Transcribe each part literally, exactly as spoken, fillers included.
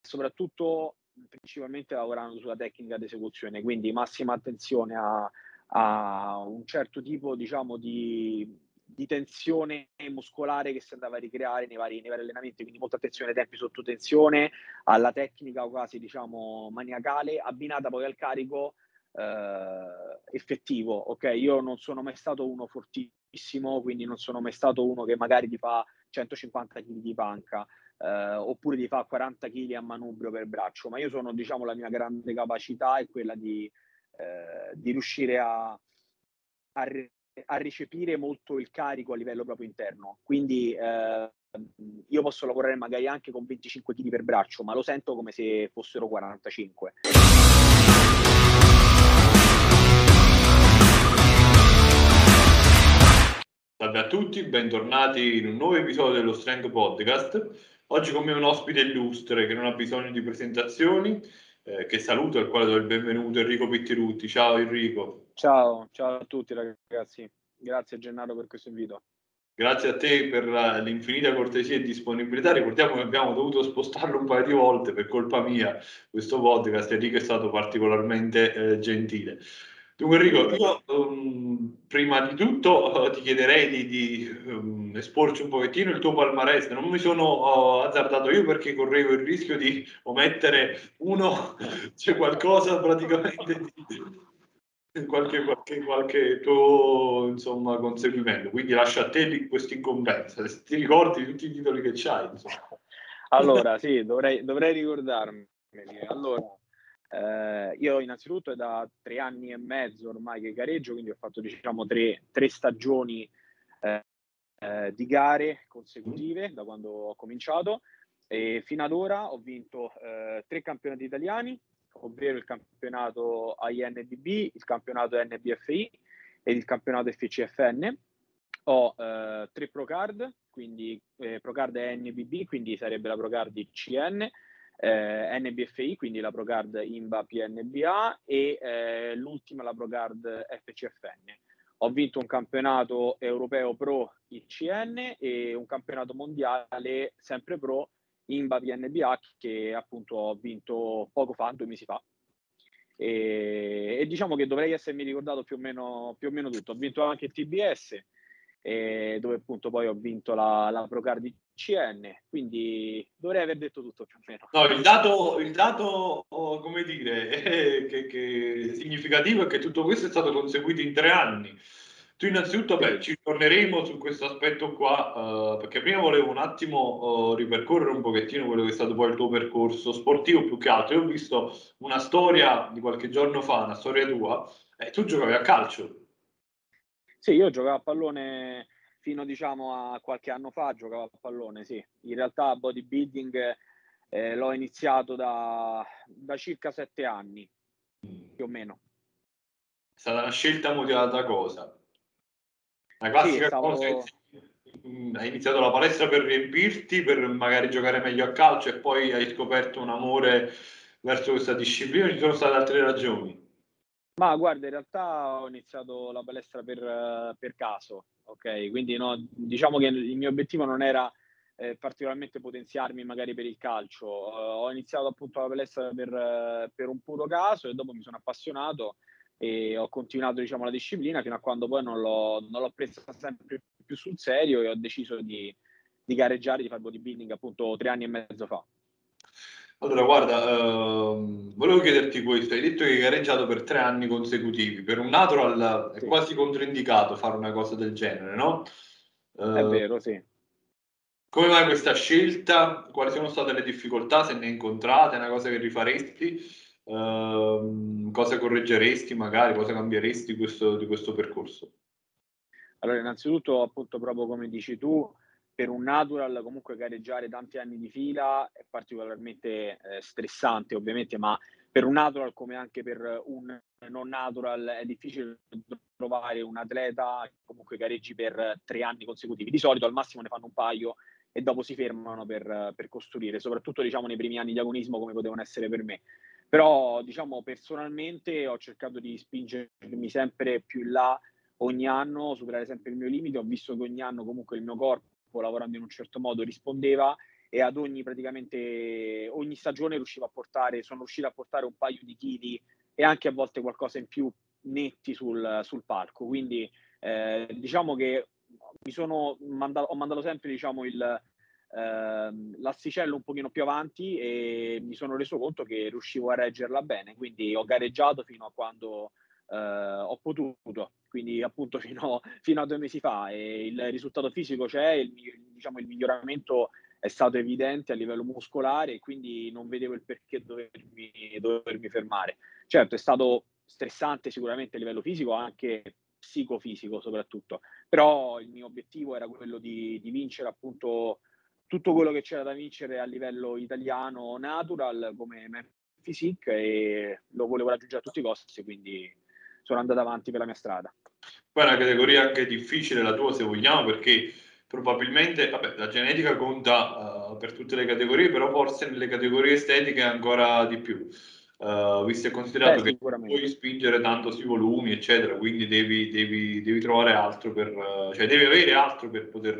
soprattutto principalmente lavorando sulla tecnica d'esecuzione, quindi massima attenzione a a un certo tipo, diciamo, di di tensione muscolare che si andava a ricreare nei vari nei vari allenamenti, quindi molta attenzione ai tempi sotto tensione, alla tecnica quasi, diciamo, maniacale, abbinata poi al carico ehm, effettivo, okay. Io non sono mai stato uno fortissimo, quindi non sono mai stato uno che magari ti fa centocinquanta chili di panca, ehm, oppure ti fa quaranta chili a manubrio per braccio, ma io sono, diciamo, la mia grande capacità è quella di ehm, di riuscire a a re a recepire molto il carico a livello proprio interno. Quindi, ehm, io posso lavorare magari anche con venticinque chili per braccio, ma lo sento come se fossero quarantacinque. Salve a tutti, bentornati in un nuovo episodio dello Strength Podcast. Oggi con me un ospite illustre che non ha bisogno di presentazioni, eh, che saluto e al quale do il benvenuto, Enrico Pittirutti. Ciao Enrico. Ciao, ciao a tutti ragazzi. Grazie Gennaro per questo invito. Grazie a te per l'infinita cortesia e disponibilità. Ricordiamo che abbiamo dovuto spostarlo un paio di volte per colpa mia, questo podcast. Enrico è stato particolarmente eh, gentile. Dunque Enrico, io um, prima di tutto uh, ti chiederei di, di um, esporci un pochettino il tuo palmarès. Non mi sono uh, azzardato io perché correvo il rischio di omettere uno, c'è qualcosa praticamente di qualche, qualche, qualche tuo insomma conseguimento. Quindi lascio a te questa incombenza. Se ti ricordi di tutti i titoli che c'hai, insomma. Allora, sì, dovrei, dovrei ricordarmi. Allora, eh, io innanzitutto è da tre anni e mezzo ormai che gareggio, quindi ho fatto diciamo tre, tre stagioni eh, eh, di gare consecutive da quando ho cominciato e fino ad ora ho vinto eh, tre campionati italiani, ovvero il campionato A I N B B, il campionato N B F I ed il campionato F C F N. Ho eh, tre Pro Card, quindi eh, Pro Card N B B, quindi sarebbe la Pro Card I C N, eh, N B F I, quindi la Pro Card I N B A P N B A e eh, l'ultima la Pro Card F C F N. Ho vinto un campionato europeo Pro I C N e un campionato mondiale sempre Pro I N B A P N B A che appunto ho vinto poco fa, due mesi fa. E, e diciamo che dovrei essermi ricordato più o meno, più o meno tutto. Ho vinto anche il T B S, eh, dove appunto poi ho vinto la, la Pro Card I C N, quindi dovrei aver detto tutto più o meno. No, il dato, il dato oh, come dire, eh, che, che è significativo è che tutto questo è stato conseguito in tre anni. Tu innanzitutto, beh, Sì. ci torneremo su questo aspetto qua, eh, perché prima volevo un attimo eh, ripercorrere un pochettino quello che è stato poi il tuo percorso sportivo più che altro. Io ho visto una storia di qualche giorno fa, una storia tua, e tu giocavi a calcio. Sì, io giocavo a pallone fino diciamo a qualche anno fa, giocavo a pallone, sì. In realtà bodybuilding eh, l'ho iniziato da, da circa sette anni, più o meno. È stata una scelta motivata da cosa? La Sì, classica cosa, stavo... mm, hai iniziato la palestra per riempirti, per magari giocare meglio a calcio e poi hai scoperto un amore verso questa disciplina, ci sono state altre ragioni. Ma guarda, in realtà ho iniziato la palestra per, eh, per caso, ok? Quindi no, diciamo che il mio obiettivo non era eh, particolarmente potenziarmi magari per il calcio. Eh, ho iniziato appunto la palestra per, eh, per un puro caso e dopo mi sono appassionato e ho continuato diciamo la disciplina fino a quando poi non l'ho, non l'ho presa sempre più sul serio e ho deciso di, di gareggiare, di fare bodybuilding appunto tre anni e mezzo fa. Allora, guarda, ehm, volevo chiederti questo, hai detto che hai gareggiato per tre anni consecutivi, per un natural è Sì, quasi controindicato fare una cosa del genere, no? è Eh, vero, sì. come mai questa scelta? Quali sono state le difficoltà, se ne incontrate? È una cosa che rifaresti? Ehm, cosa correggeresti magari? Cosa cambieresti di questo, di questo percorso? Allora, innanzitutto, appunto, proprio come dici tu, per un natural comunque gareggiare tanti anni di fila è particolarmente eh, stressante, ovviamente, ma per un natural come anche per un non natural è difficile trovare un atleta che comunque gareggi per tre anni consecutivi. Di solito al massimo ne fanno un paio e dopo si fermano per, per costruire, soprattutto diciamo nei primi anni di agonismo come potevano essere per me. Però diciamo personalmente ho cercato di spingermi sempre più in là ogni anno, superare sempre il mio limite. Ho visto che ogni anno comunque il mio corpo, lavorando in un certo modo, rispondeva e ad ogni praticamente ogni stagione riuscivo a portare sono riuscito a portare un paio di chili e anche a volte qualcosa in più netti sul sul palco. Quindi, ehm, diciamo che mi sono manda ho mandato sempre diciamo il ehm, l'asticello un pochino più avanti e mi sono reso conto che riuscivo a reggerla bene, quindi ho gareggiato fino a quando, ehm, ho potuto, quindi appunto fino fino a due mesi fa, e il risultato fisico c'è, il mi diciamo il miglioramento è stato evidente a livello muscolare e quindi non vedevo il perché dovermi dovermi fermare. Certo, è stato stressante sicuramente a livello fisico, anche psicofisico soprattutto, però il mio obiettivo era quello di di vincere appunto tutto quello che c'era da vincere a livello italiano natural come me physique, e lo volevo raggiungere a tutti i costi, quindi sono andato avanti per la mia strada. Poi è una categoria anche difficile la tua, se vogliamo, perché probabilmente, vabbè, la genetica conta uh, per tutte le categorie, però forse nelle categorie estetiche ancora di più, uh, visto e Beh, considerato che non puoi sicuramente. spingere tanto sui volumi, eccetera, quindi devi, devi, devi trovare altro per, uh, cioè devi avere altro per poter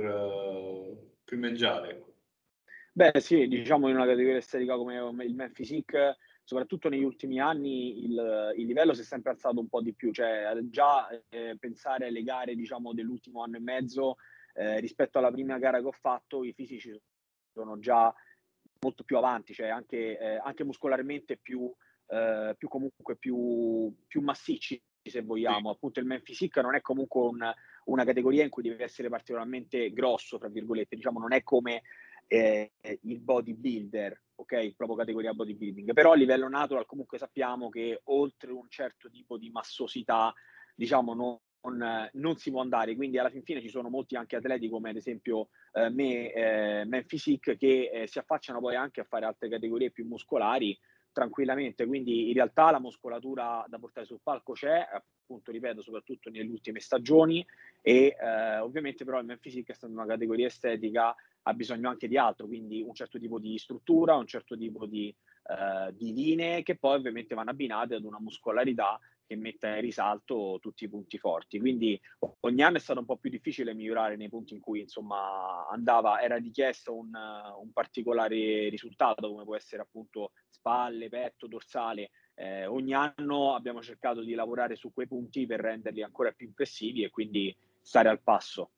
uh, primeggiare. Ecco. Beh sì, diciamo in una categoria estetica come come il men physique, soprattutto negli ultimi anni il il livello si è sempre alzato un po' di più, cioè già, ehm, pensare alle gare diciamo dell'ultimo anno e mezzo, ehm, rispetto alla prima gara che ho fatto, i fisici sono già molto più avanti, cioè anche ehm, anche muscolarmente più ehm, più comunque più più massicci se Sì, vogliamo. Appunto il men physique non è comunque un una categoria in cui devi essere particolarmente "grosso", fra virgolette, diciamo non è come ehm, il bodybuilder, okay, proprio categoria bodybuilding. Però a livello natural comunque sappiamo che oltre un certo tipo di massosità, diciamo non non si può andare. Quindi alla fin fine ci sono molti anche atleti come ad esempio, ehm, me ehm, men physique che, ehm, si affacciano poi anche a fare altre categorie più muscolari tranquillamente. Quindi in realtà la muscolatura da portare sul palco c'è, appunto ripeto, soprattutto nelle ultime stagioni e, ehm, ovviamente però il men physique essendo una categoria estetica ha bisogno anche di altro, quindi un certo tipo di struttura, un certo tipo di, ehm, di linee che poi ovviamente vanno abbinate ad una muscolarità che metta in risalto tutti i punti forti. Quindi o ogni anno è stato un po' più difficile migliorare nei punti in cui insomma andava era richiesto un un particolare risultato, come può essere appunto spalle, petto, dorsale. Ehm, ogni anno abbiamo cercato di lavorare su quei punti per renderli ancora più impressivi e quindi stare al passo.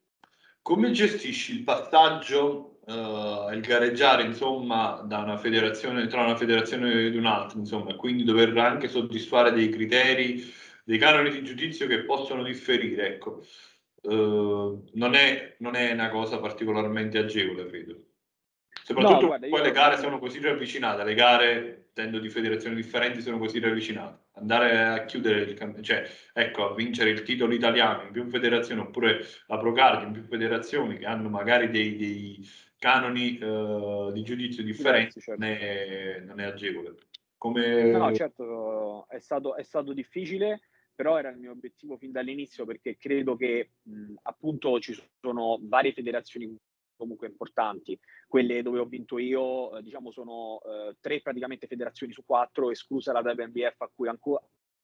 come gestisci il passaggio, uhm, il gareggiare insomma da una federazione tra una federazione ed un'altra, insomma, e quindi dover anche soddisfare dei criteri, dei canoni di giudizio che possono differire, ecco. Uhm, non è non è una cosa particolarmente agevole, credo. No, Soprattutto guarda, poi le io gare diciamo sono così ravvicinate, le gare, intendo di federazioni differenti, sono così ravvicinate. Andare a chiudere il camp cioè, ecco, a vincere il titolo italiano in più federazioni, oppure la Procard in più federazioni che hanno magari dei dei canoni, uhm, di giudizio differenti, diversi, non certo. è non è agevole. No, no, Come certo, è stato è stato difficile, però era il mio obiettivo fin dall'inizio perché credo che, mhmm, appunto ci sono varie federazioni comunque importanti. Quelle dove ho vinto io, ehm, diciamo sono, ehm, tre praticamente federazioni su quattro, esclusa la W N B F a cui anco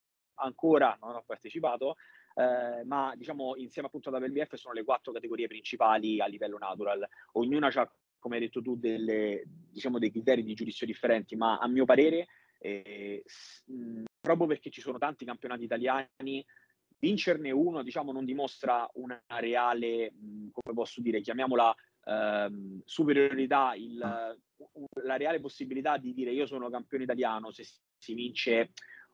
ancora non ho partecipato, ehm, ma diciamo insieme appunto alla W N B F sono le quattro categorie principali a livello natural. Ognuna c'ha, come hai detto tu, delle diciamo dei criteri di giudizio differenti, ma a mio parere, ehm, s mhmm, proprio perché ci sono tanti campionati italiani, vincerne uno diciamo non dimostra una reale, mhmm, come posso dire, chiamiamola, ehm, superiorità, il u u la reale possibilità di dire: "Io sono campione italiano" se si vince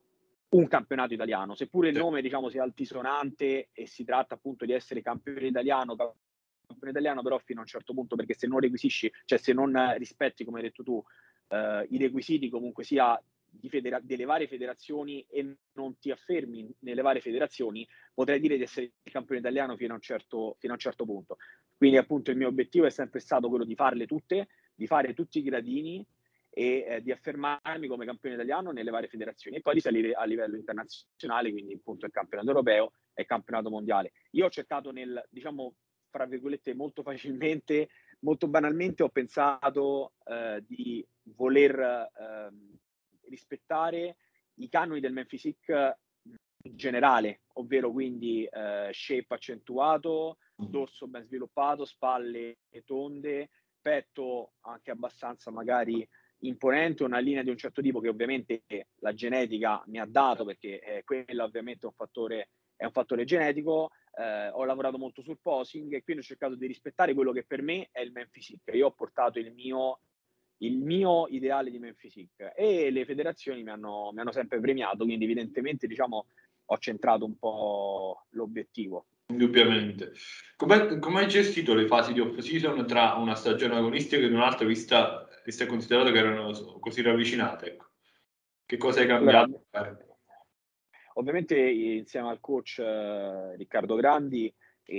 un campionato italiano. Seppure il sì, nome diciamo sia altisonante e si tratta appunto di essere campione italiano, campione italiano però fino a un certo punto, perché se non requisisci, cioè se non rispetti, come hai detto tu, ehm, i requisiti comunque sia di federa delle varie federazioni e non ti affermi nelle varie federazioni, potrei dire di essere il campione italiano fino a un certo fino a un certo punto. Quindi appunto il mio obiettivo è sempre stato quello di farle tutte, di fare tutti i gradini e eh, di affermarmi come campione italiano nelle varie federazioni e poi di salire a livello internazionale, quindi appunto il campionato europeo e il campionato mondiale. Io ho cercato nel, diciamo, fra virgolette, molto facilmente, molto banalmente, ho pensato eh, di voler eh, rispettare i canoni del men physique in generale, ovvero quindi eh, shape accentuato, mh, dorso ben sviluppato, spalle tonde, petto anche abbastanza magari imponente, una linea di un certo tipo che ovviamente la genetica mi ha dato, perché eh, quello ovviamente è un fattore, è un fattore genetico. Eh, ho lavorato molto sul posing e quindi ho cercato di rispettare quello che per me è il man physique. Io ho portato il mio, il mio ideale di man physique e le federazioni mi hanno, mi hanno sempre premiato, quindi evidentemente diciamo ho centrato un po' l'obiettivo. Indubbiamente. Come come hai gestito le fasi di off-season tra una stagione agonistica ed un'altra, vista, vista e considerato che erano così ravvicinate? Ecco. Che cosa hai Allora, cambiato? ovviamente insieme al coach eh, Riccardo Grandi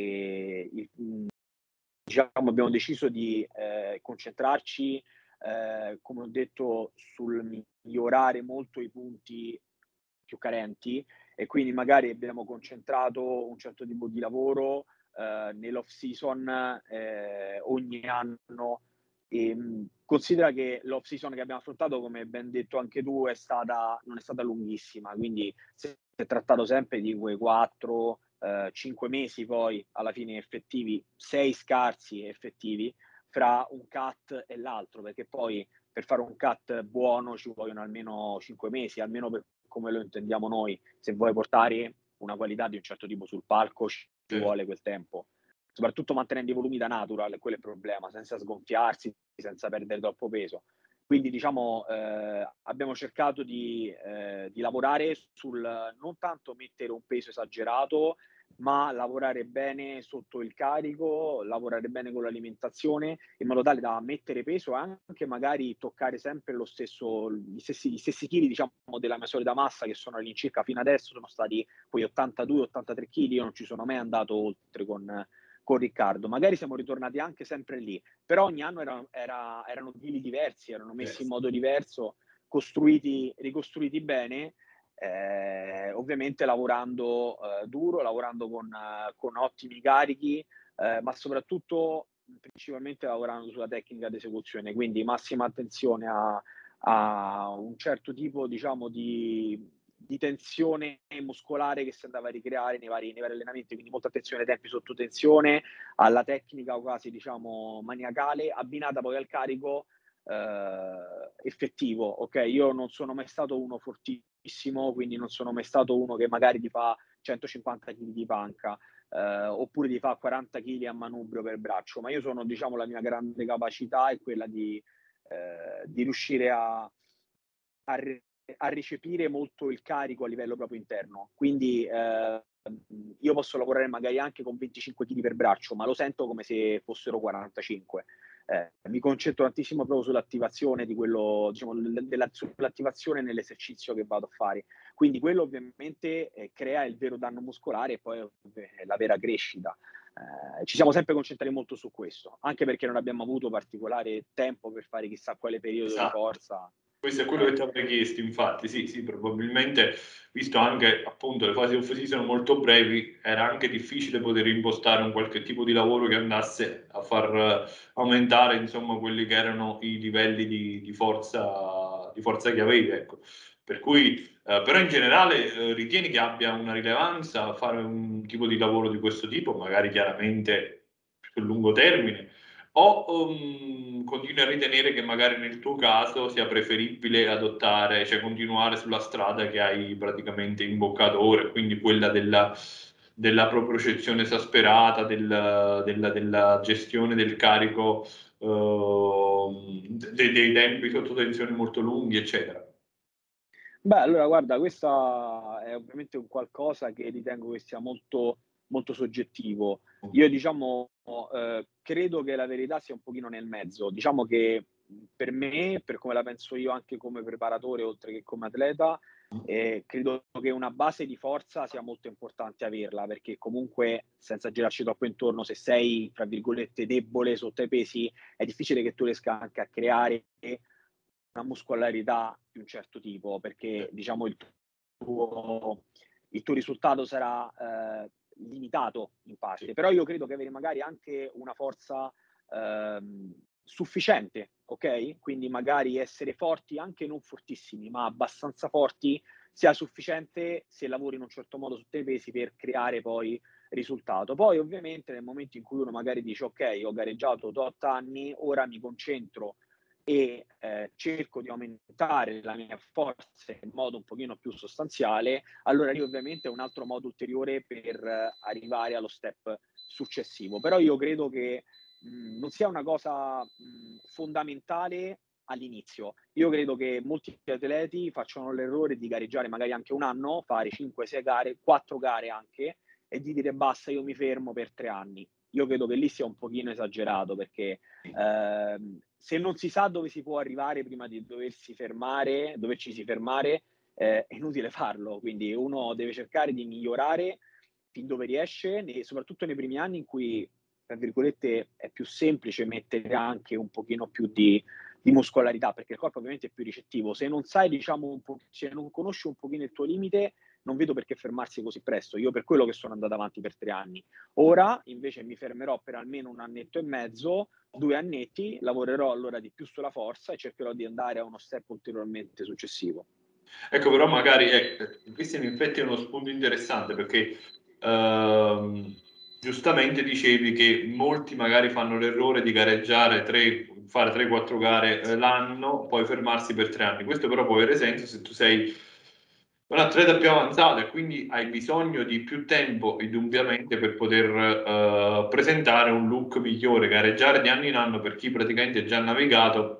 e il, diciamo, abbiamo deciso di eh, concentrarci, eh, come ho detto, sul migliorare molto i punti più carenti e quindi magari abbiamo concentrato un certo tipo di lavoro eh, nell'off season eh, ogni anno. E, mh, considera che l'off season che abbiamo affrontato, come ben detto anche tu, è stata, non è stata lunghissima, quindi si è trattato sempre di quei quattro cinque mesi poi alla fine effettivi, sei scarsi effettivi fra un cut e l'altro, perché poi per fare un cut buono ci vogliono almeno cinque mesi, almeno per come lo intendiamo noi. Se vuoi portare una qualità di un certo tipo sul palco ci vuole quel tempo, soprattutto mantenendo i volumi da natural, quello è il problema, senza sgonfiarsi, senza perdere troppo peso. Quindi diciamo eh, abbiamo cercato di, eh, di lavorare sul non tanto mettere un peso esagerato, ma lavorare bene sotto il carico, lavorare bene con l'alimentazione, in modo tale da mettere peso e anche magari toccare sempre lo stesso, gli stessi, gli stessi chili, diciamo, della mia solita massa, che sono all'incirca fino adesso, sono stati quei ottantadue ottantatré chili, io non ci sono mai andato oltre con, con Riccardo. Magari siamo ritornati anche sempre lì, però ogni anno era, era, erano chili diversi, erano messi in modo diverso, costruiti, ricostruiti bene. Eh, ovviamente lavorando eh, duro, lavorando con, eh, con ottimi carichi, eh, ma soprattutto principalmente lavorando sulla tecnica di esecuzione, quindi massima attenzione a, a un certo tipo, diciamo, di, di tensione muscolare che si andava a ricreare nei vari, nei vari allenamenti, quindi molta attenzione ai tempi sotto tensione, alla tecnica quasi, diciamo, maniacale, abbinata poi al carico eh, effettivo. Ok, io non sono mai stato uno fortissimo, quindi non sono mai stato uno che magari ti fa centocinquanta chili di panca eh, oppure ti fa quaranta chili a manubrio per braccio, ma io sono, diciamo, la mia grande capacità è quella di, eh, di riuscire a, a, a ricepire molto il carico a livello proprio interno. Quindi eh, io posso lavorare magari anche con venticinque chili per braccio, ma lo sento come se fossero quarantacinque. Eh, mi concentro tantissimo proprio sull'attivazione di quello, diciamo, della, sull'attivazione nell'esercizio che vado a fare. Quindi quello ovviamente eh, crea il vero danno muscolare e poi eh, la vera crescita. Eh, ci siamo sempre concentrati molto su questo, anche perché non abbiamo avuto particolare tempo per fare chissà quale periodo Esatto. di forza. Questo è quello che ti avrei chiesto, infatti, sì, sì, probabilmente, visto anche appunto le fasi off season molto brevi, era anche difficile poter impostare un qualche tipo di lavoro che andasse a far aumentare, insomma, quelli che erano i livelli di, di forza, di forza che avevi, ecco. Per cui, eh, però in generale, eh, ritieni che abbia una rilevanza fare un tipo di lavoro di questo tipo, magari chiaramente sul lungo termine, o um, continui a ritenere che magari nel tuo caso sia preferibile adottare, cioè continuare sulla strada che hai praticamente imboccato ora, quindi quella della, della propriocezione esasperata, del, della, della gestione del carico, uh, dei, dei tempi sotto tensione molto lunghi, eccetera. Beh, allora guarda, questa è ovviamente un qualcosa che ritengo che sia molto, molto soggettivo. Io diciamo, eh, credo che la verità sia un pochino nel mezzo. Diciamo che per me, per come la penso io anche come preparatore, oltre che come atleta, eh, credo che una base di forza sia molto importante averla, perché comunque, senza girarci troppo intorno, se sei, tra virgolette, debole sotto i pesi, è difficile che tu riesca anche a creare una muscolarità di un certo tipo, perché diciamo il tuo, il tuo risultato sarà eh, limitato in parte, però io credo che avere magari anche una forza ehm, sufficiente, ok? Quindi magari essere forti, anche non fortissimi, ma abbastanza forti, sia sufficiente se lavori in un certo modo su te pesi per creare poi risultato. Poi ovviamente nel momento in cui uno magari dice ok, ho gareggiato tot anni, ora mi concentro e eh, cerco di aumentare la mia forza in modo un pochino più sostanziale, allora lì ovviamente è un altro modo ulteriore per eh, arrivare allo step successivo. Però io credo che mh, non sia una cosa mh, fondamentale all'inizio. Io credo che molti atleti facciano l'errore di gareggiare magari anche un anno, fare cinque sei gare, quattro gare anche, e di dire basta, io mi fermo per tre anni. Io credo che lì sia un pochino esagerato, perché ehm, se non si sa dove si può arrivare prima di doversi fermare, doverci fermare, eh, è inutile farlo. Quindi uno deve cercare di migliorare fin dove riesce, nei, soprattutto nei primi anni in cui, tra virgolette, è più semplice mettere anche un pochino più di, di muscolarità, perché il corpo ovviamente è più ricettivo. Se non sai, diciamo, un po', se non conosci un pochino il tuo limite, non vedo perché fermarsi così presto. Io per quello che sono andato avanti per tre anni. Ora invece mi fermerò per almeno un annetto e mezzo, due annetti, lavorerò allora di più sulla forza e cercherò di andare a uno step ulteriormente successivo. Ecco, però magari, ecco, questo in effetti è uno spunto interessante, perché ehm, giustamente dicevi che molti magari fanno l'errore di gareggiare tre, fare tre quattro gare eh, l'anno, poi fermarsi per tre anni. Questo però può avere senso se tu sei un atleta più avanzato e quindi hai bisogno di più tempo, indubbiamente, per poter eh, presentare un look migliore. Gareggiare di anno in anno per chi praticamente è già navigato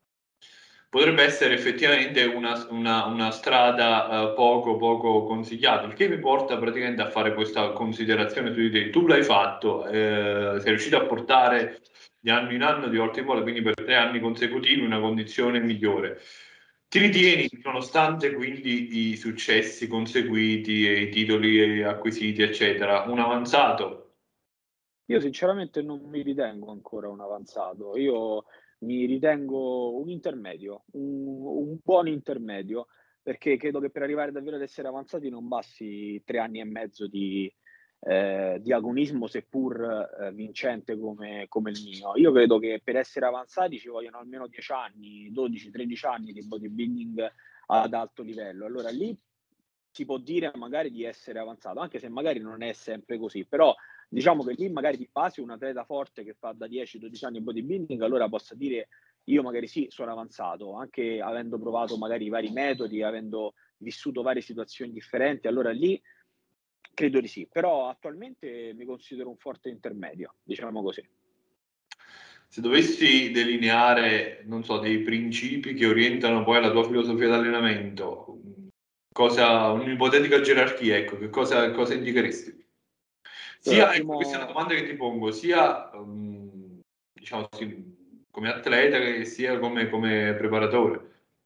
potrebbe essere effettivamente una, una, una strada uh, poco, poco consigliata, il che mi porta praticamente a fare questa considerazione su di te. Tu l'hai fatto, eh, sei riuscito a portare di anno in anno, di volta in volta, quindi per tre anni consecutivi, una condizione migliore. Ti ritieni, nonostante quindi i successi conseguiti e i titoli acquisiti, eccetera, un avanzato? Io sinceramente non mi ritengo ancora un avanzato, io mi ritengo un intermedio, un, un buon intermedio, perché credo che per arrivare davvero ad essere avanzati non basti tre anni e mezzo di, eh, di agonismo, seppur eh, vincente come, come il mio. Io credo che per essere avanzati ci vogliono almeno dieci anni, dodici tredici anni di bodybuilding ad alto livello. Allora lì si può dire magari di essere avanzato, anche se magari non è sempre così, però diciamo che lì magari di base un atleta forte che fa da dieci dodici anni bodybuilding, allora possa dire io magari sì, sono avanzato, anche avendo provato magari i vari metodi, avendo vissuto varie situazioni differenti, allora lì credo di sì, però attualmente mi considero un forte intermedio, diciamo così. Se dovessi delineare, non so, dei principi che orientano poi la tua filosofia di allenamento, cosa, un'ipotetica gerarchia, ecco, che cosa, cosa indicheresti? Allora, Sia, ecco, questa è una primo, domanda che ti pongo, sia um, diciamo, sì, come atleta che sia come, come preparatore.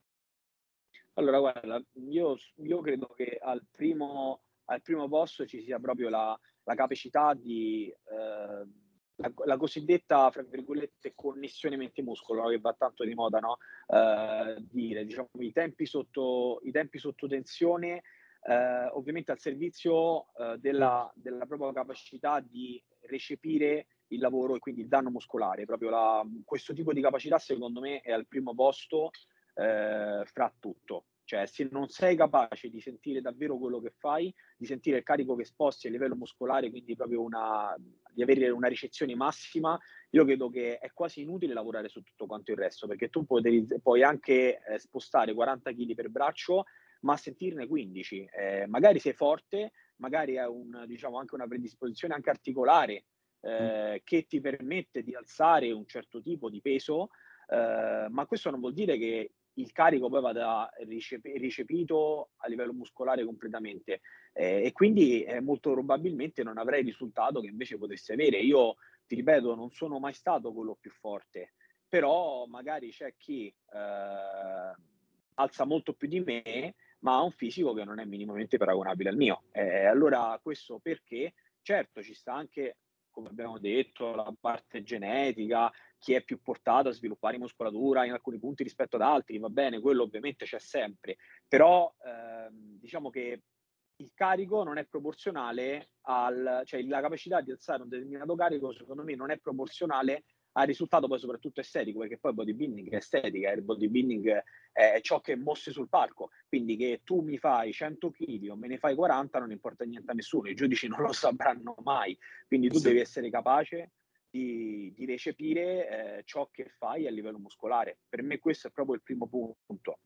allora guarda, io, io credo che al primo, al primo posto ci sia proprio la, la capacità di eh, la, la cosiddetta, fra virgolette, connessione mente-muscolo, che va tanto di moda, no? Eh, dire, diciamo, i tempi sotto, i tempi sotto tensione, eh, ovviamente al servizio eh, della, della propria capacità di recepire il lavoro e quindi il danno muscolare. Proprio la, questo tipo di capacità, secondo me, è al primo posto eh, fra tutto. Cioè, se non sei capace di sentire davvero quello che fai, di sentire il carico che sposti a livello muscolare, quindi proprio una, di avere una ricezione massima, io credo che è quasi inutile lavorare su tutto quanto il resto, perché tu puoi, puoi anche eh, spostare quaranta chili per braccio, ma sentirne quindici. Eh, magari sei forte, magari hai un, diciamo, anche una predisposizione anche articolare eh, che ti permette di alzare un certo tipo di peso, eh, ma questo non vuol dire che il carico poi vada ricep- ricepito a livello muscolare completamente eh, e quindi eh, molto probabilmente non avrei il risultato che invece potresti avere. Io ti ripeto, non sono mai stato quello più forte, però magari c'è chi eh, alza molto più di me, ma ha un fisico che non è minimamente paragonabile al mio. Eh, allora questo perché? Certo, ci sta anche, come abbiamo detto, la parte genetica, chi è più portato a sviluppare muscolatura in alcuni punti rispetto ad altri, va bene, quello ovviamente c'è sempre, però ehm, diciamo che il carico non è proporzionale al, cioè la capacità di alzare un determinato carico, secondo me, non è proporzionale al risultato poi soprattutto estetico, perché poi il bodybuilding è estetica, il bodybuilding è ciò che mostri sul palco, quindi che tu mi fai cento chili o me ne fai quaranta non importa niente a nessuno, i giudici non lo sapranno mai, quindi tu Sì. devi essere capace di, di recepire eh, ciò che fai a livello muscolare. Per me questo è proprio il primo punto.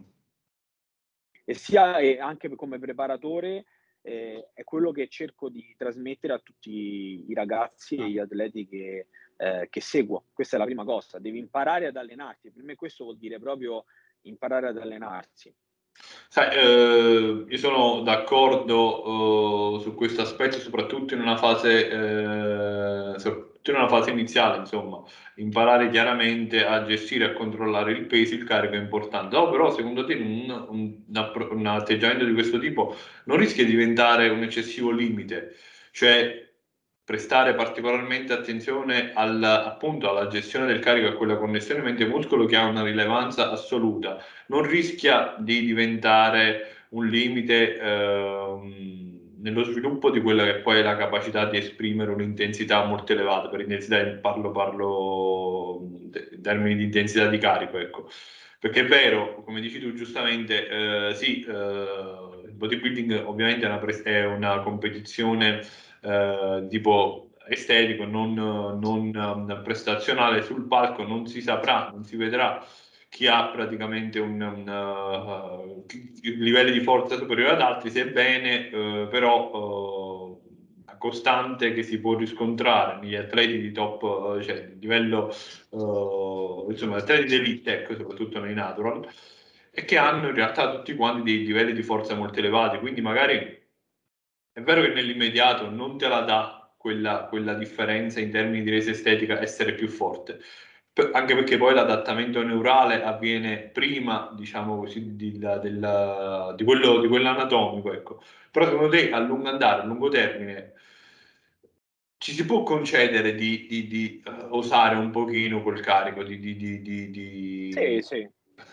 E sia e anche come preparatore eh, è quello che cerco di trasmettere a tutti i ragazzi e gli atleti che, eh, che seguo. Questa è la prima cosa, devi imparare ad allenarti. Per me questo vuol dire proprio imparare ad allenarsi. Sai, eh, io sono d'accordo eh, su questo aspetto, soprattutto in una fase, eh, soprattutto in una fase iniziale, insomma, imparare chiaramente a gestire e a controllare il peso, il carico è importante. No, però secondo te un, un, un atteggiamento di questo tipo non rischia di diventare un eccessivo limite? Cioè prestare particolarmente attenzione al, appunto alla gestione del carico e a quella connessione mente-muscolo che ha una rilevanza assoluta, non rischia di diventare un limite ehm, nello sviluppo di quella che poi è la capacità di esprimere un'intensità molto elevata. Per intensità parlo, parlo in termini di intensità di carico, ecco. Perché è vero, come dici tu giustamente, eh, sì, eh, il bodybuilding ovviamente è una, è una competizione eh, tipo estetico, non, non um, prestazionale. Sul palco non si saprà, non si vedrà chi ha praticamente un, un uh, livelli di forza superiore ad altri, sebbene uh, però uh, costante che si può riscontrare negli atleti di top, uh, cioè di livello, uh, insomma, atleti di elite, ecco, soprattutto nei natural, e che hanno in realtà tutti quanti dei livelli di forza molto elevati, quindi magari è vero che nell'immediato non te la dà quella, quella differenza in termini di resa estetica essere più forte, anche perché poi l'adattamento neurale avviene prima, diciamo così, di, della, di quello, di quello anatomico, ecco. Però secondo te a lungo andare, a lungo termine, ci si può concedere di, di, di uh, osare un pochino quel carico, di... di, di, di, Sì, di... sì.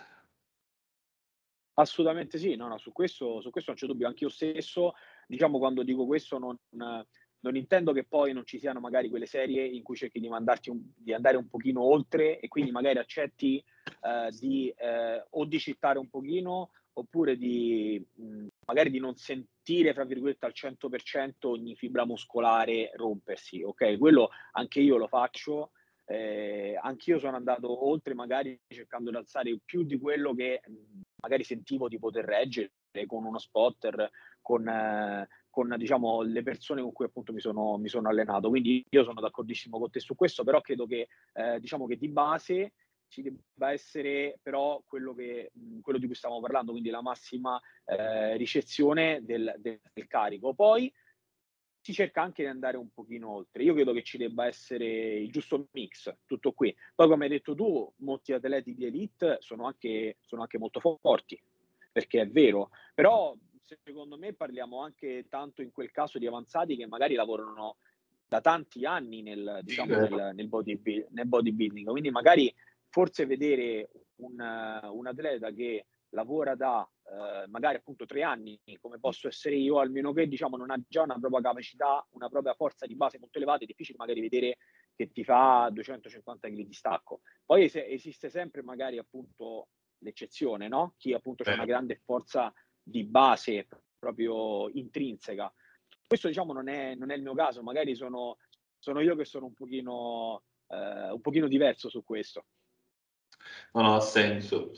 Assolutamente sì, no, no, su questo, su questo non c'è dubbio. Anch'io stesso, diciamo, quando dico questo non, non intendo che poi non ci siano magari quelle serie in cui cerchi di mandarti un, di andare un pochino oltre e quindi magari accetti eh, di eh, o di cittare un pochino oppure di mh, magari di non sentire, fra virgolette, al cento per cento ogni fibra muscolare rompersi, ok? Quello anche io lo faccio. Eh, anch'io sono andato oltre magari cercando di alzare più di quello che mh, magari sentivo di poter reggere con uno spotter, con, eh, con diciamo, le persone con cui appunto mi sono, mi sono allenato. Quindi io sono d'accordissimo con te su questo, però credo che, eh, diciamo che di base ci debba essere però quello, che, mh, quello di cui stiamo parlando, quindi la massima eh, ricezione del, del, del carico. Poi si cerca anche di andare un pochino oltre. Io credo che ci debba essere il giusto mix, tutto qui. Poi, come hai detto tu, molti atleti di elite sono anche, sono anche molto forti, perché è vero. Però, secondo me, parliamo anche tanto in quel caso di avanzati che magari lavorano da tanti anni nel, Sì, diciamo, nel, nel, bodybuilding, nel bodybuilding. Quindi magari forse vedere un, un atleta che lavora da eh, magari appunto tre anni, come posso essere io, almeno che diciamo non ha già una propria capacità, una propria forza di base molto elevata, è difficile magari vedere che ti fa duecentocinquanta chili di stacco. Poi es- esiste sempre magari appunto l'eccezione, no? Chi appunto ha una grande forza di base proprio intrinseca. Questo diciamo non è, non è il mio caso, magari sono, sono io che sono un pochino, eh, un pochino diverso su questo. non ha senso.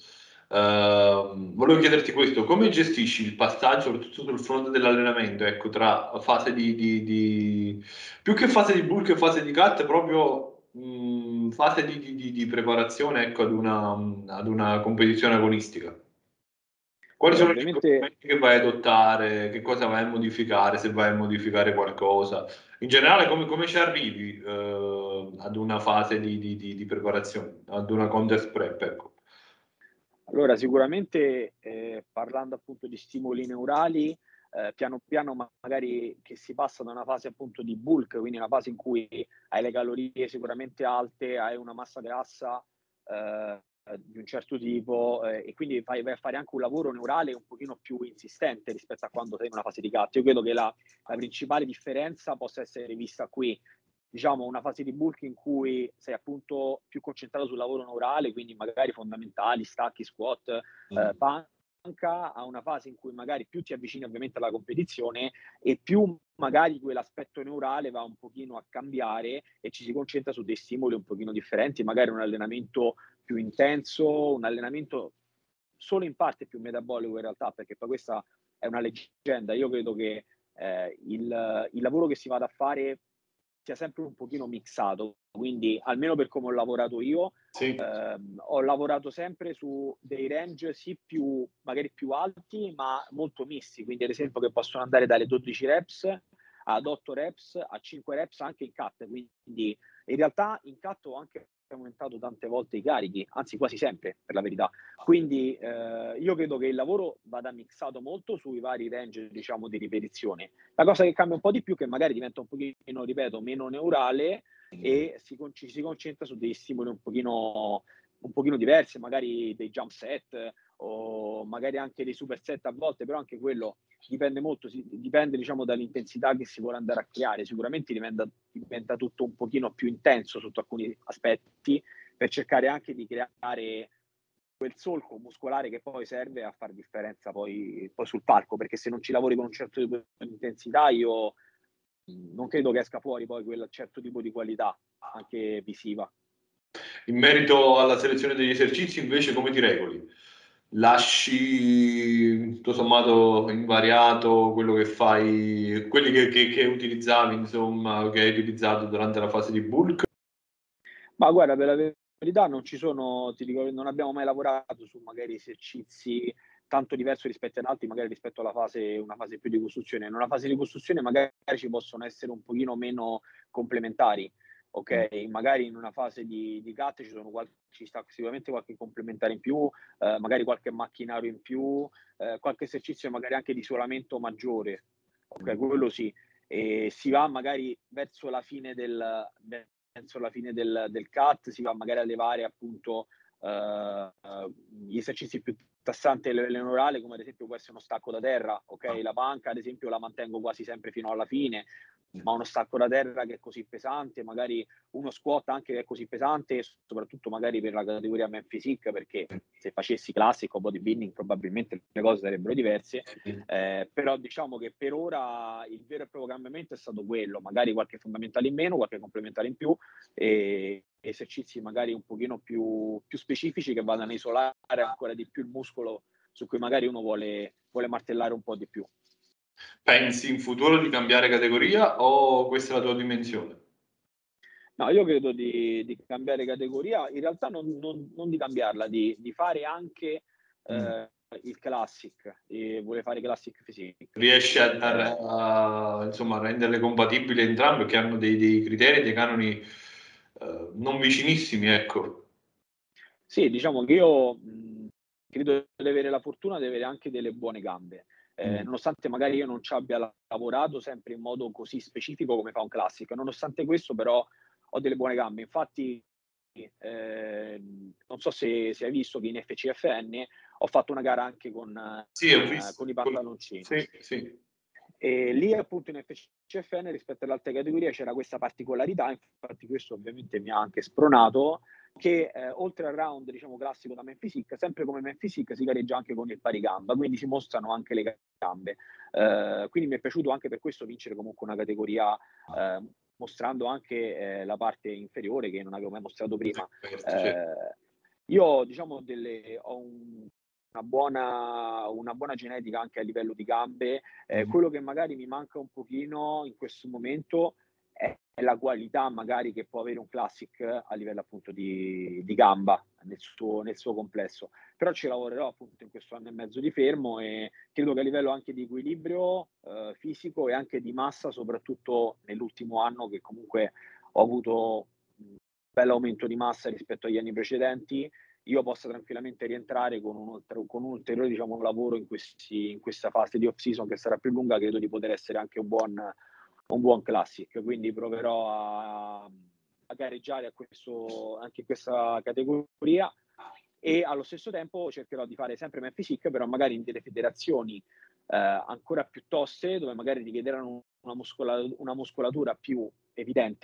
Uh, volevo chiederti questo, come gestisci il passaggio, soprattutto sul fronte dell'allenamento, ecco, tra fase di, di, di... più che fase di bulk e fase di cut, proprio mh, fase di, di, di preparazione, ecco, ad una, ad una competizione agonistica? Quali Allora, sono gli ovviamente strumenti che vai ad adottare? Che cosa vai a modificare, se vai a modificare qualcosa? In generale, come, come ci arrivi eh, ad una fase di, di, di, di preparazione, ad una contest prep, ecco? Allora, sicuramente eh, parlando appunto di stimoli neurali, eh, piano piano ma- magari che si passa da una fase appunto di bulk, quindi una fase in cui hai le calorie sicuramente alte, hai una massa grassa eh, di un certo tipo eh, e quindi fai, vai a fare anche un lavoro neurale un pochino più insistente rispetto a quando sei in una fase di cut. Io credo che la, la principale differenza possa essere vista qui, diciamo una fase di bulk in cui sei appunto più concentrato sul lavoro neurale, quindi magari fondamentali, stacchi, squat, eh, panca, a una fase in cui magari più ti avvicini ovviamente alla competizione e più magari quell'aspetto neurale va un pochino a cambiare e ci si concentra su dei stimoli un pochino differenti, magari un allenamento più intenso, un allenamento solo in parte più metabolico in realtà, perché poi questa è una leggenda. Io credo che eh, il, il lavoro che si vada a fare sia sempre un pochino mixato, quindi almeno per come ho lavorato io, Sì. ehm, ho lavorato sempre su dei range sì più, magari più alti, ma molto misti, quindi ad esempio che possono andare dalle dodici reps ad otto reps, a cinque reps anche in cut, quindi in realtà in cut ho anche aumentato tante volte i carichi, anzi quasi sempre per la verità. Quindi eh, io credo che il lavoro vada mixato molto sui vari range, diciamo, di ripetizione. La cosa che cambia un po' di più è che magari diventa un pochino, ripeto, meno neurale e si, con- ci si concentra su dei stimoli un pochino, un pochino diversi, magari dei jump set o magari anche dei super set a volte, però anche quello dipende molto, si, dipende diciamo dall'intensità che si vuole andare a creare. Sicuramente diventa, diventa tutto un pochino più intenso sotto alcuni aspetti per cercare anche di creare quel solco muscolare che poi serve a far differenza poi, poi sul palco, perché se non ci lavori con un certo tipo di intensità io non credo che esca fuori poi quel certo tipo di qualità anche visiva. In merito alla selezione degli esercizi, invece, come ti regoli? Lasci tutto sommato invariato quello che fai, quelli che, che, che utilizzavi, insomma, che hai utilizzato durante la fase di bulk? Ma guarda, per la verità non ci sono, ti dico, non abbiamo mai lavorato su magari esercizi tanto diversi rispetto ad altri, magari rispetto alla fase, una fase più di costruzione. In una fase di costruzione magari ci possono essere un pochino meno complementari, ok? Magari in una fase di, di cut ci sono qualche, ci sta sicuramente qualche complementare in più, eh, magari qualche macchinario in più, eh, qualche esercizio magari anche di isolamento maggiore, ok? Quello sì. E si va magari verso la fine del, verso la fine del, del cut, si va magari a levare appunto uh, gli esercizi più tassanti a livello neurale, come ad esempio può essere uno stacco da terra, ok? La panca ad esempio la mantengo quasi sempre fino alla fine, ma uno stacco da terra che è così pesante, magari uno squat anche che è così pesante, soprattutto magari per la categoria man physique, perché se facessi classico bodybuilding probabilmente le cose sarebbero diverse, eh, però diciamo che per ora il vero e proprio cambiamento è stato quello, magari qualche fondamentale in meno, qualche complementare in più e esercizi magari un pochino più, più specifici che vadano a isolare ancora di più il muscolo su cui magari uno vuole, vuole martellare un po' di più. Pensi in futuro di cambiare categoria o questa è la tua dimensione? No, io credo di, di cambiare categoria, in realtà non, non, non di cambiarla, di, di fare anche eh, il classic, e vuole fare classic physique. Riesci a, Eh, a- a, insomma, a renderle compatibili entrambe, che hanno dei, dei criteri, dei canoni eh, non vicinissimi, ecco. Sì, diciamo che io mh, credo di avere la fortuna di avere anche delle buone gambe, eh, Mm. nonostante magari io non ci abbia la- lavorato sempre in modo così specifico come fa un classico. Nonostante questo, però, ho delle buone gambe. Infatti, eh, non so se, se hai visto che in F C F N ho fatto una gara anche con, Sì, ho eh, visto. con i pantaloncini. Sì, sì. E lì appunto in F C F N rispetto alle altre categorie c'era questa particolarità, infatti questo ovviamente mi ha anche spronato, che eh, oltre al round diciamo classico da man physique, sempre come man physique si gareggia anche con il parigamba, quindi si mostrano anche le gambe. Eh, quindi mi è piaciuto anche per questo vincere comunque una categoria eh, mostrando anche eh, la parte inferiore che non avevo mai mostrato prima. Certo. Eh, io diciamo delle, ho un, una buona, una buona genetica anche a livello di gambe. Eh, quello che magari mi manca un pochino in questo momento è, è la qualità magari che può avere un classic a livello appunto di, di gamba nel suo, nel suo complesso. Però ci lavorerò appunto in questo anno e mezzo di fermo e credo che a livello anche di equilibrio eh, fisico e anche di massa, soprattutto nell'ultimo anno che comunque ho avuto un bel aumento di massa rispetto agli anni precedenti, io possa tranquillamente rientrare con un, oltre, con un ulteriore diciamo, lavoro in, questi, in questa fase di off-season che sarà più lunga, credo di poter essere anche un buon, un buon classic, quindi proverò a, a gareggiare a questo, anche in questa categoria e allo stesso tempo cercherò di fare sempre man physique, però magari in delle federazioni eh, ancora più toste, dove magari richiederanno una, muscola, una muscolatura più evidente,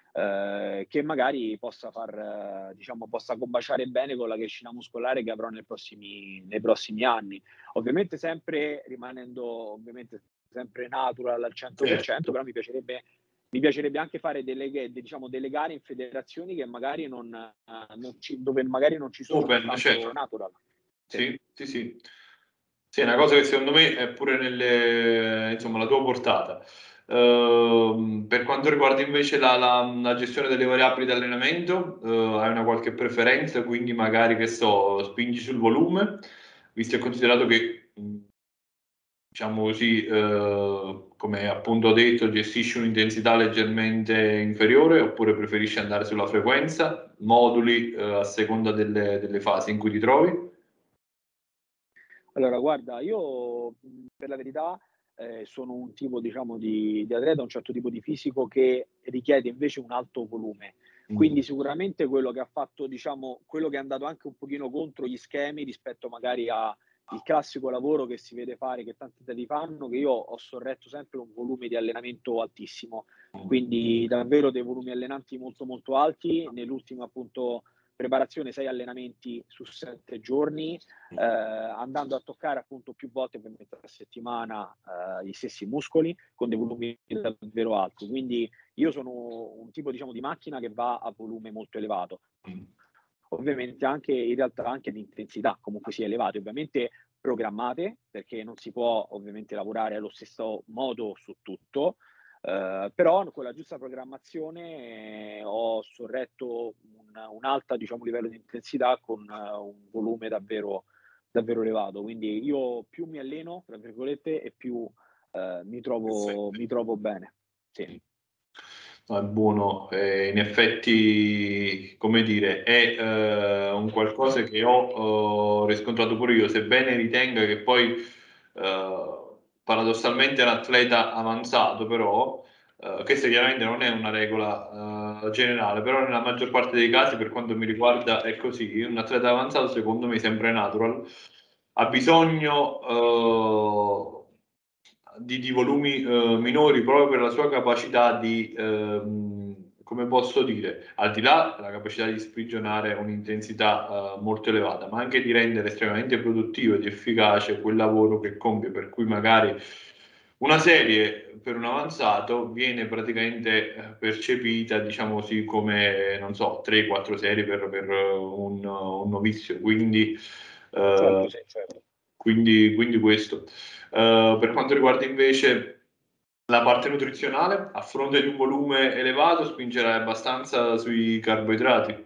eh, che magari possa far, eh, diciamo, possa combaciare bene con la crescita muscolare che avrò nei prossimi, nei prossimi anni. Ovviamente sempre rimanendo ovviamente sempre natural al cento per cento, Certo. però mi piacerebbe, mi piacerebbe anche fare delle, ghe- diciamo, delle gare in federazioni che magari non, eh, non ci, dove magari non ci sono Open, tanto certo. natural. Sì. Sì, sì, sì. Sì, è una cosa che secondo me è pure nelle, insomma, la tua portata. Ehm, per quanto riguarda invece la, la- la gestione delle variabili di allenamento, eh, hai una qualche preferenza, quindi magari che so, spingi sul volume, visto e considerato che, mh, diciamo così, eh, come appunto ho detto, gestisci un'intensità leggermente inferiore, oppure preferisci andare sulla frequenza, moduli, eh, a seconda delle delle fasi in cui ti trovi? Allora, guarda, io mh, per la verità eh, sono un tipo, diciamo, di, di atleta, un certo tipo di fisico che richiede invece un alto volume. Mm. Quindi sicuramente quello che ha fatto, diciamo, quello che è andato anche un pochino contro gli schemi rispetto magari al classico lavoro che si vede fare, che tanti atleti fanno, che io ho sorretto sempre un volume di allenamento altissimo. Quindi davvero dei volumi allenanti molto molto alti. Nell'ultimo appunto preparazione sei allenamenti su sette giorni, eh, andando a toccare appunto più volte ovviamente a settimana eh, gli stessi muscoli con dei volumi davvero alti. Quindi io sono un tipo, diciamo, di macchina che va a volume molto elevato. Ovviamente anche in realtà anche di intensità comunque sia elevate, ovviamente programmate, perché non si può ovviamente lavorare allo stesso modo su tutto. Uh, però con la giusta programmazione eh, ho sorretto un, un'alta, diciamo, livello di intensità con uh, un volume davvero, davvero elevato. Quindi io più mi alleno, tra virgolette, e più uh, mi, trovo, mi trovo bene. Sì. No, è buono, eh, in effetti, come dire, è eh, un qualcosa che ho eh, riscontrato pure io, sebbene ritenga che poi eh, paradossalmente è un atleta avanzato, però, eh, questa chiaramente non è una regola eh, generale, però nella maggior parte dei casi, per quanto mi riguarda, è così. Un atleta avanzato, secondo me, sempre natural, ha bisogno eh, di, di volumi eh, minori proprio per la sua capacità di, ehm, come posso dire, al di là della capacità di sprigionare un'intensità eh, molto elevata, ma anche di rendere estremamente produttivo ed efficace quel lavoro che compie, per cui magari una serie per un avanzato viene praticamente eh, percepita, diciamo così, come, non so, tre quattro serie per, per un, un novizio, quindi, Certo, eh, sì, certo. quindi, quindi questo. Eh, per quanto riguarda invece la parte nutrizionale, a fronte di un volume elevato, spingerai abbastanza sui carboidrati.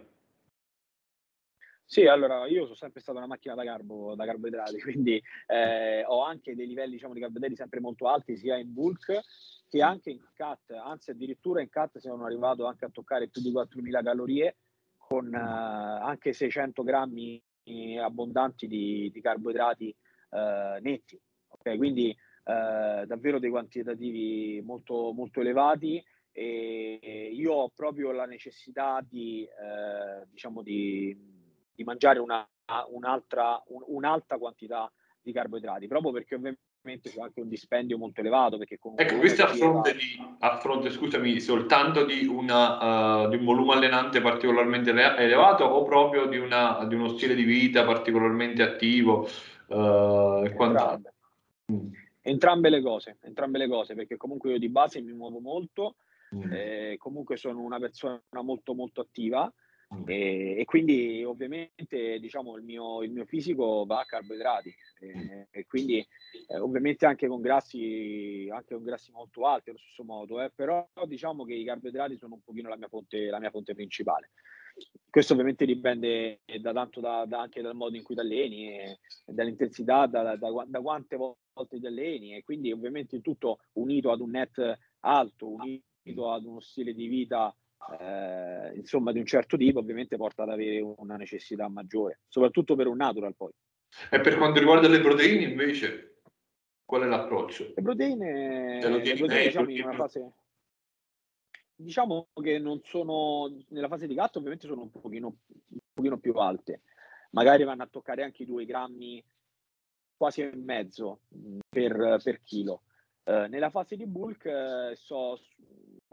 Sì, allora io sono sempre stata una macchina da carbo, da carboidrati, quindi eh, ho anche dei livelli, diciamo, di carboidrati sempre molto alti, sia in bulk che anche in cut, anzi addirittura in cut sono arrivato anche a toccare più di quattromila calorie con eh, anche seicento grammi abbondanti di, di carboidrati eh, netti. Okay? Quindi eh, davvero dei quantitativi molto, molto elevati e io ho proprio la necessità di, eh, diciamo, di di mangiare una, un'altra, un, un'alta quantità di carboidrati, proprio perché ovviamente c'è anche un dispendio molto elevato, perché con un Ecco, volume questo è a così fronte elevato. di, a fronte, scusami, soltanto di, una, uh, di un volume allenante particolarmente ele- elevato o proprio di, una, di uno stile di vita particolarmente attivo uh, e quant'altro? Entrambe. Mm. Entrambe le cose, entrambe le cose, perché comunque io di base mi muovo molto, Mm. eh, comunque sono una persona molto molto attiva Mm. e, e quindi ovviamente diciamo il mio, il mio fisico va a carboidrati Mm. e, e quindi eh, ovviamente anche con grassi, anche con grassi molto alti allo stesso modo, eh, però diciamo che i carboidrati sono un pochino la mia fonte, la mia fonte principale. Questo ovviamente dipende da tanto da, da anche dal modo in cui ti alleni e, e dall'intensità, da, da, da quante volte ti alleni e quindi ovviamente tutto unito ad un net alto, unito ad uno stile di vita eh, insomma di un certo tipo, ovviamente porta ad avere una necessità maggiore, soprattutto per un natural poi. E per quanto riguarda le proteine, invece, qual è l'approccio? Le Te lo proteine, le tieni proteine meglio? diciamo in una fase, diciamo che non sono, nella fase di gatto ovviamente sono un pochino, un pochino più alte, magari vanno a toccare anche i due grammi quasi e mezzo per, per chilo. Eh, nella fase di bulk eh, so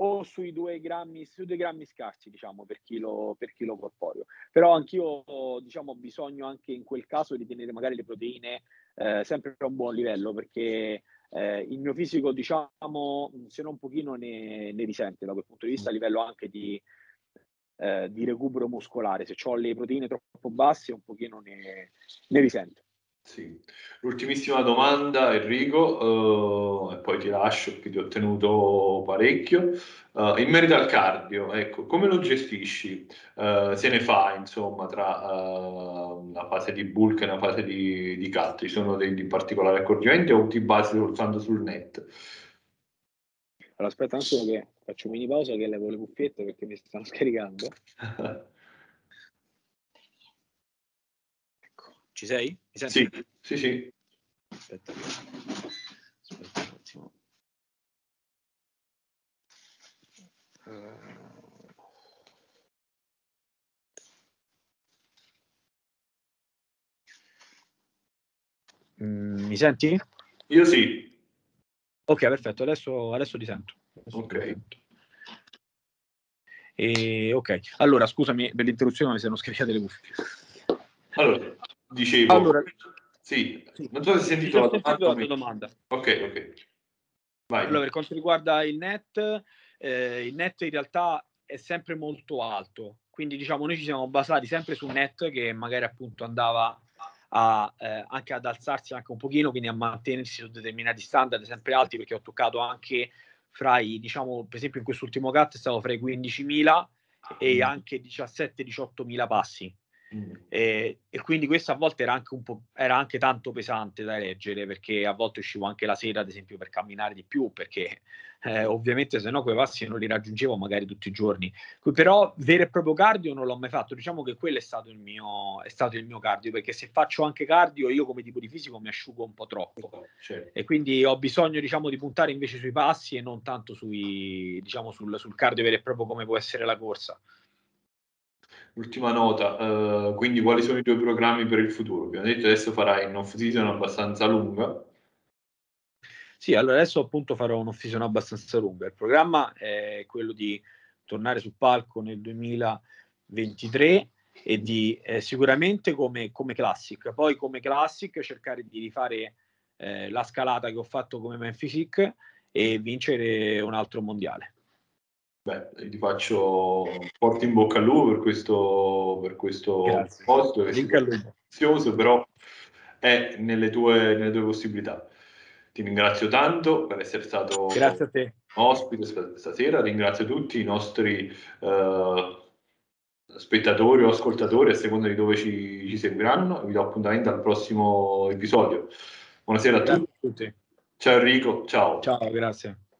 o sui due grammi, sui due grammi scarsi, diciamo, per chilo, per chilo corporeo. Però anch'io, diciamo, ho bisogno anche in quel caso di tenere magari le proteine eh, sempre a un buon livello, perché eh, il mio fisico, diciamo, se non un pochino ne, ne risente da quel punto di vista, a livello anche di, eh, di recupero muscolare. Se ho le proteine troppo basse, un pochino ne, ne risente. Sì. L'ultimissima domanda, Enrico, uh, e poi ti lascio perché ti ho tenuto parecchio. Uh, in merito al cardio, ecco, come lo gestisci? Uh, se ne fa, insomma, tra uh, una fase di bulk e una fase di, di cut? Ci sono dei, dei particolari accorgimenti o ti basi soltanto sul net? Allora, aspetta un attimo che faccio un mini pausa che levo le cuffiette perché mi stanno scaricando. Ecco, ci sei? Mi senti? Sì, sì, sì. Aspetta, aspetta un attimo. Mm, mi senti? Io sì. Ok, perfetto, adesso, adesso ti sento. Adesso Ok. ti sento. E, ok, allora scusami per l'interruzione, mi sono scaricate le cuffie. Allora, dicevo, Allora, sì, sì, non so se hai sì, sentito ho la sentito la domanda. tua domanda. Ok, ok. Vai. Allora, per quanto riguarda il net, eh, il net in realtà è sempre molto alto, quindi diciamo noi ci siamo basati sempre sul net che magari appunto andava a, eh, anche ad alzarsi anche un pochino, quindi a mantenersi su determinati standard sempre alti, perché ho toccato anche fra i, diciamo, per esempio in quest'ultimo cut stavo fra i quindicimila e anche diciassette diciottomila passi. Mm. E, e quindi questo a volte era anche un po' era anche tanto pesante da leggere, perché a volte uscivo anche la sera ad esempio per camminare di più, perché eh, ovviamente se no quei passi non li raggiungevo magari tutti i giorni. Però vero e proprio cardio non l'ho mai fatto, diciamo che quello è stato il mio è stato il mio cardio, perché se faccio anche cardio io come tipo di fisico mi asciugo un po' troppo, Certo. e quindi ho bisogno diciamo di puntare invece sui passi e non tanto sui diciamo sul, sul cardio vero e proprio come può essere la corsa. Ultima nota, uh, quindi quali sono i tuoi programmi per il futuro? Abbiamo detto adesso farai un'off season abbastanza lunga. Sì, allora adesso appunto farò un'off-season abbastanza lunga. Il programma è quello di tornare sul palco nel duemilaventitré e di eh, sicuramente come, come classic, poi come classic cercare di rifare eh, la scalata che ho fatto come Man Physique e vincere un altro mondiale. Beh, ti faccio forte in bocca al lupo per questo, per questo Grazie. posto, che è Vinca sicuramente lui. ambizioso, però è nelle tue, nelle tue possibilità. Ti ringrazio tanto per essere stato Grazie a te. ospite stasera, ringrazio tutti i nostri uh, spettatori o ascoltatori a seconda di dove ci, ci seguiranno. Vi do appuntamento al prossimo episodio. Buonasera a Grazie tutti. a tutti. Ciao Enrico, ciao. Ciao, grazie.